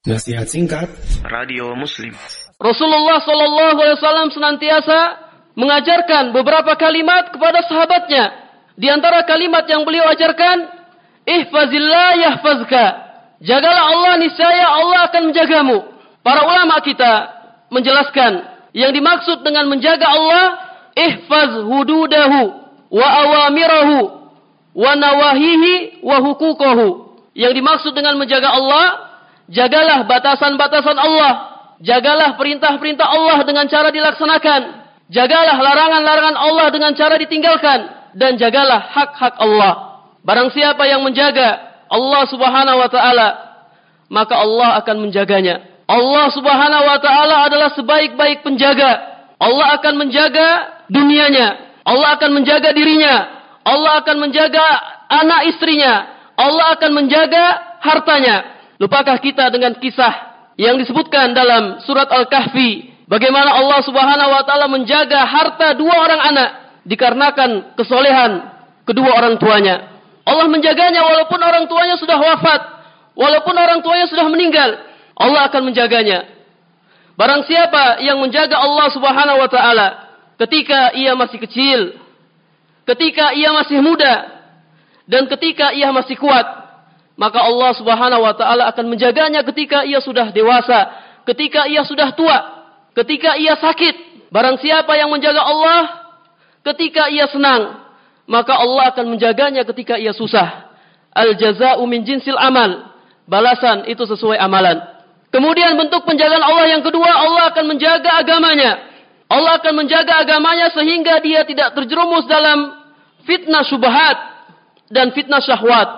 Nasihat singkat Radio Muslim. Rasulullah SAW senantiasa mengajarkan beberapa kalimat kepada sahabatnya. Di antara kalimat yang beliau ajarkan, ihfazillah yahfazka. Jagalah Allah, niscaya Allah akan menjagamu. Para ulama kita menjelaskan yang dimaksud dengan menjaga Allah, ihfaz hududahu wa awamirahu wa nawahihi wa hukukahu. Yang dimaksud dengan menjaga Allah, jagalah batasan-batasan Allah. Jagalah perintah-perintah Allah dengan cara dilaksanakan. Jagalah larangan-larangan Allah dengan cara ditinggalkan. Dan jagalah hak-hak Allah. Barang siapa yang menjaga Allah subhanahu wa ta'ala, maka Allah akan menjaganya. Allah subhanahu wa ta'ala adalah sebaik-baik penjaga. Allah akan menjaga dunianya. Allah akan menjaga dirinya. Allah akan menjaga anak istrinya. Allah akan menjaga hartanya. Lupakah kita dengan kisah yang disebutkan dalam surat Al-Kahfi, bagaimana Allah subhanahu wa ta'ala menjaga harta dua orang anak dikarenakan kesolehan kedua orang tuanya. Allah menjaganya walaupun orang tuanya sudah wafat, walaupun orang tuanya sudah meninggal, Allah akan menjaganya. Barang siapa yang menjaga Allah subhanahu wa ta'ala ketika ia masih kecil, ketika ia masih muda, dan ketika ia masih kuat, maka Allah subhanahu wa ta'ala akan menjaganya ketika ia sudah dewasa, ketika ia sudah tua, ketika ia sakit. Barang siapa yang menjaga Allah ketika ia senang, maka Allah akan menjaganya ketika ia susah. Al-jaza'u min jinsil amal. Balasan itu sesuai amalan. Kemudian bentuk penjagaan Allah yang kedua, Allah akan menjaga agamanya. Allah akan menjaga agamanya sehingga dia tidak terjerumus dalam fitnah syubhat dan fitnah syahwat.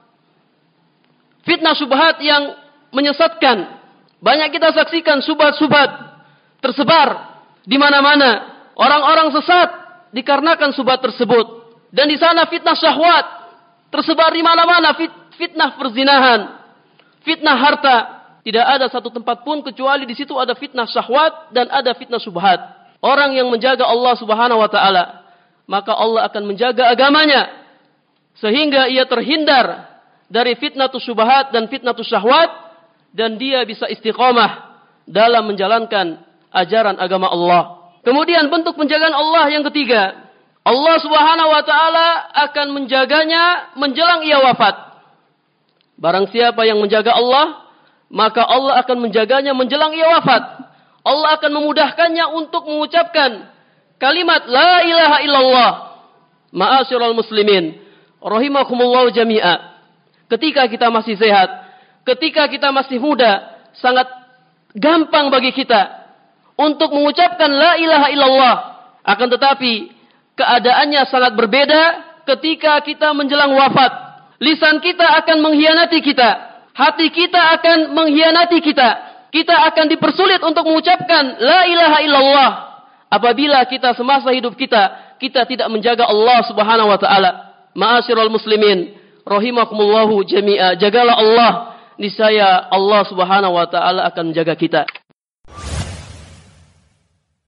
Fitnah syubhat yang menyesatkan. Banyak kita saksikan syubhat-syubhat tersebar di mana-mana. Orang-orang sesat dikarenakan syubhat tersebut. Dan di sana fitnah syahwat tersebar di mana-mana. Fitnah perzinahan, fitnah harta. Tidak ada satu tempat pun kecuali di situ ada fitnah syahwat dan ada fitnah syubhat. Orang yang menjaga Allah subhanahu wa ta'ala, maka Allah akan menjaga agamanya sehingga ia terhindar dari fitnatus syubhat dan fitnatus syahwat, dan dia bisa istiqamah dalam menjalankan ajaran agama Allah. Kemudian bentuk penjagaan Allah yang ketiga, Allah subhanahu wa ta'ala akan menjaganya menjelang ia wafat. Barang siapa yang menjaga Allah, maka Allah akan menjaganya menjelang ia wafat. Allah akan memudahkannya untuk mengucapkan kalimat la ilaha illallah. Ma'asyiral muslimin rahimakumullah jami'a. Ketika kita masih sehat, ketika kita masih muda, sangat gampang bagi kita untuk mengucapkan la ilaha illallah. Akan tetapi keadaannya sangat berbeda ketika kita menjelang wafat. Lisan kita akan mengkhianati kita. Hati kita akan mengkhianati kita. Kita akan dipersulit untuk mengucapkan la ilaha illallah apabila kita semasa hidup kita tidak menjaga Allah subhanahu wa ta'ala. Ma'asyiral muslimin rahimakumullahu jami'a. Jagalah Allah, niscaya Allah subhanahu wa ta'ala akan menjaga kita.